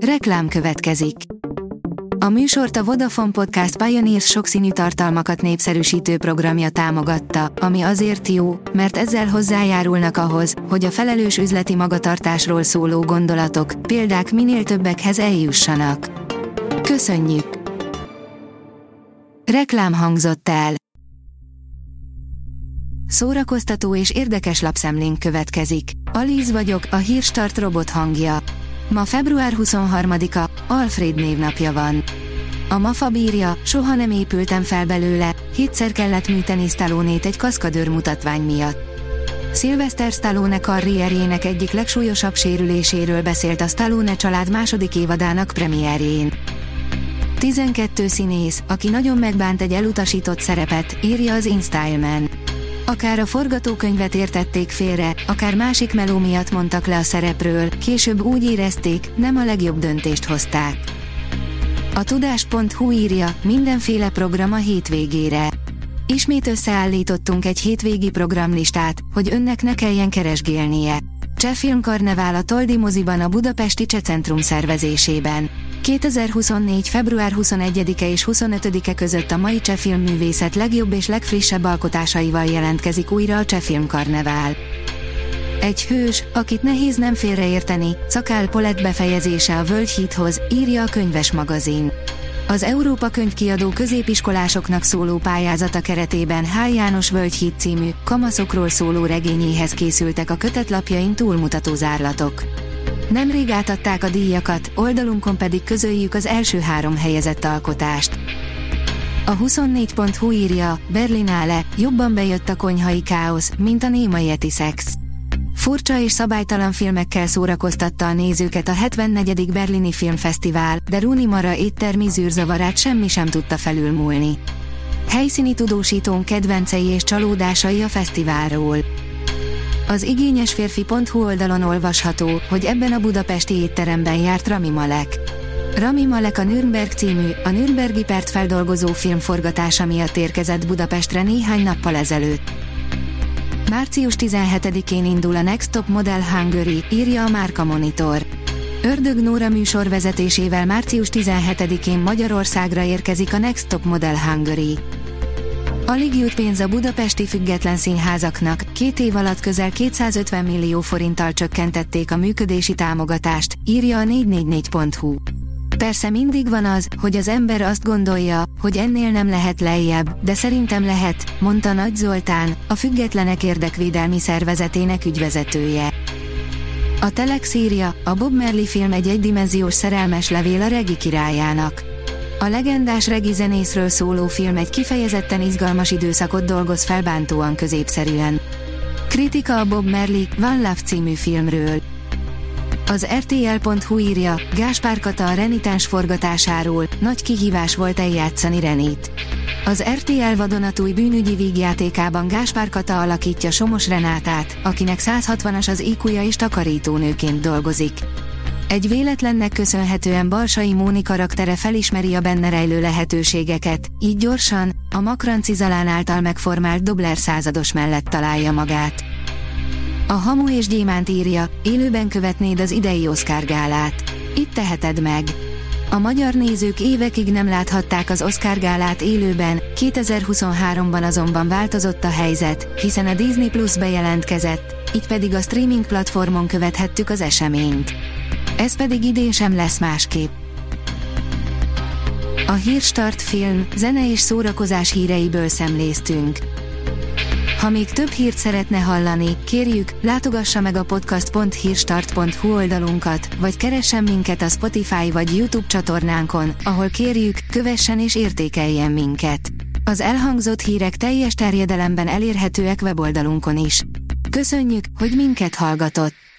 Reklám következik. A műsort a Vodafone Podcast Pioneers sokszínű tartalmakat népszerűsítő programja támogatta, ami azért jó, mert ezzel hozzájárulnak ahhoz, hogy a felelős üzleti magatartásról szóló gondolatok, példák minél többekhez eljussanak. Köszönjük! Reklám hangzott el. Szórakoztató és érdekes lapszemlénk következik. Alíz vagyok, a Hírstart robot hangja. Ma február 23-a, Alfred névnapja van. A MAFA bírja, soha nem épültem fel belőle, 7-szer kellett műteni Stallonét egy kaszkadőr mutatvány miatt. Sylvester Stallone karrierjének egyik legsúlyosabb sérüléséről beszélt a Stallone család második évadának premierjén. 12 színész, aki nagyon megbánt egy elutasított szerepet, írja az InStyleman. Akár a forgatókönyvet értették félre, akár másik meló miatt mondtak le a szerepről, később úgy érezték, nem a legjobb döntést hozták. A tudás.hu írja, mindenféle program a hétvégére. Ismét összeállítottunk egy hétvégi programlistát, hogy önnek ne kelljen keresgélnie. Cseh Filmkarnevál a Toldi moziban a budapesti Cseh Centrum szervezésében. 2024. február 21-e és 25-e között a mai cseh filmművészet legjobb és legfrissebb alkotásaival jelentkezik újra a Cseh Filmkarnevál. Egy hős, akit nehéz nem félreérteni, Cakál Polett befejezése a Völgyhídhoz, írja a Könyves magazin. Az Európa Könyvkiadó középiskolásoknak szóló pályázata keretében H. János Völgyhíd című, kamaszokról szóló regényéhez készültek a kötetlapjain túlmutató zárlatok. Nemrég átadták a díjakat, oldalunkon pedig közöljük az első 3 helyezett alkotást. A 24.hu írja, Berlinale, jobban bejött a konyhai káosz, mint a néma yeti szex. Furcsa és szabálytalan filmekkel szórakoztatta a nézőket a 74. Berlini Filmfesztivál, de Rooney Mara éttermi zűrzavarát semmi sem tudta felülmúlni. Helyszíni tudósítónk kedvencei és csalódásai a fesztiválról. Az igényesférfi.hu oldalon olvasható, hogy ebben a budapesti étteremben járt Rami Malek. Rami Malek a Nürnberg című, a nürnbergi pert feldolgozó film forgatása miatt érkezett Budapestre néhány nappal ezelőtt. Március 17-én indul a Next Top Model Hungary, írja a Márka Monitor. Ördög Nóra műsorvezetésével március 17-én Magyarországra érkezik a Next Top Model Hungary. Alig jut pénz a budapesti független színházaknak, 2 év alatt közel 250 millió forinttal csökkentették a működési támogatást, írja a 444.hu. Persze mindig van az, hogy az ember azt gondolja, hogy ennél nem lehet lejjebb, de szerintem lehet, mondta Nagy Zoltán, a Függetlenek Érdekvédelmi Szervezetének ügyvezetője. A Telex írja, a Bob Marley film egy egydimenziós szerelmes levél a reggae királyának. A legendás reggae zenészről szóló film egy kifejezetten izgalmas időszakot dolgoz fel bántóan középszerűen. Kritika a Bob Marley, One Love című filmről. Az RTL.hu írja, Gáspár Kata a renitens forgatásáról, nagy kihívás volt eljátszani Renit. Az RTL vadonatúj bűnügyi vígjátékában Gáspár Kata alakítja Somos Renátát, akinek 160-as az IQ-ja és takarítónőként dolgozik. Egy véletlennek köszönhetően Balsai Móni karaktere felismeri a benne rejlő lehetőségeket, így gyorsan, a Makranci Zalán által megformált Dobler százados mellett találja magát. A Hamu és Gyémánt írja, élőben követnéd az idei Oscar gálát. Itt teheted meg. A magyar nézők évekig nem láthatták az Oscar gálát élőben, 2023-ban azonban változott a helyzet, hiszen a Disney Plus bejelentkezett, így pedig a streaming platformon követhettük az eseményt. Ez pedig idén sem lesz másképp. A Hírstart film, zene és szórakozás híreiből szemléztünk. Ha még több hírt szeretne hallani, kérjük, látogassa meg a podcast.hírstart.hu oldalunkat, vagy keressen minket a Spotify vagy YouTube csatornánkon, ahol kérjük, kövessen és értékeljen minket. Az elhangzott hírek teljes terjedelemben elérhetőek weboldalunkon is. Köszönjük, hogy minket hallgatott!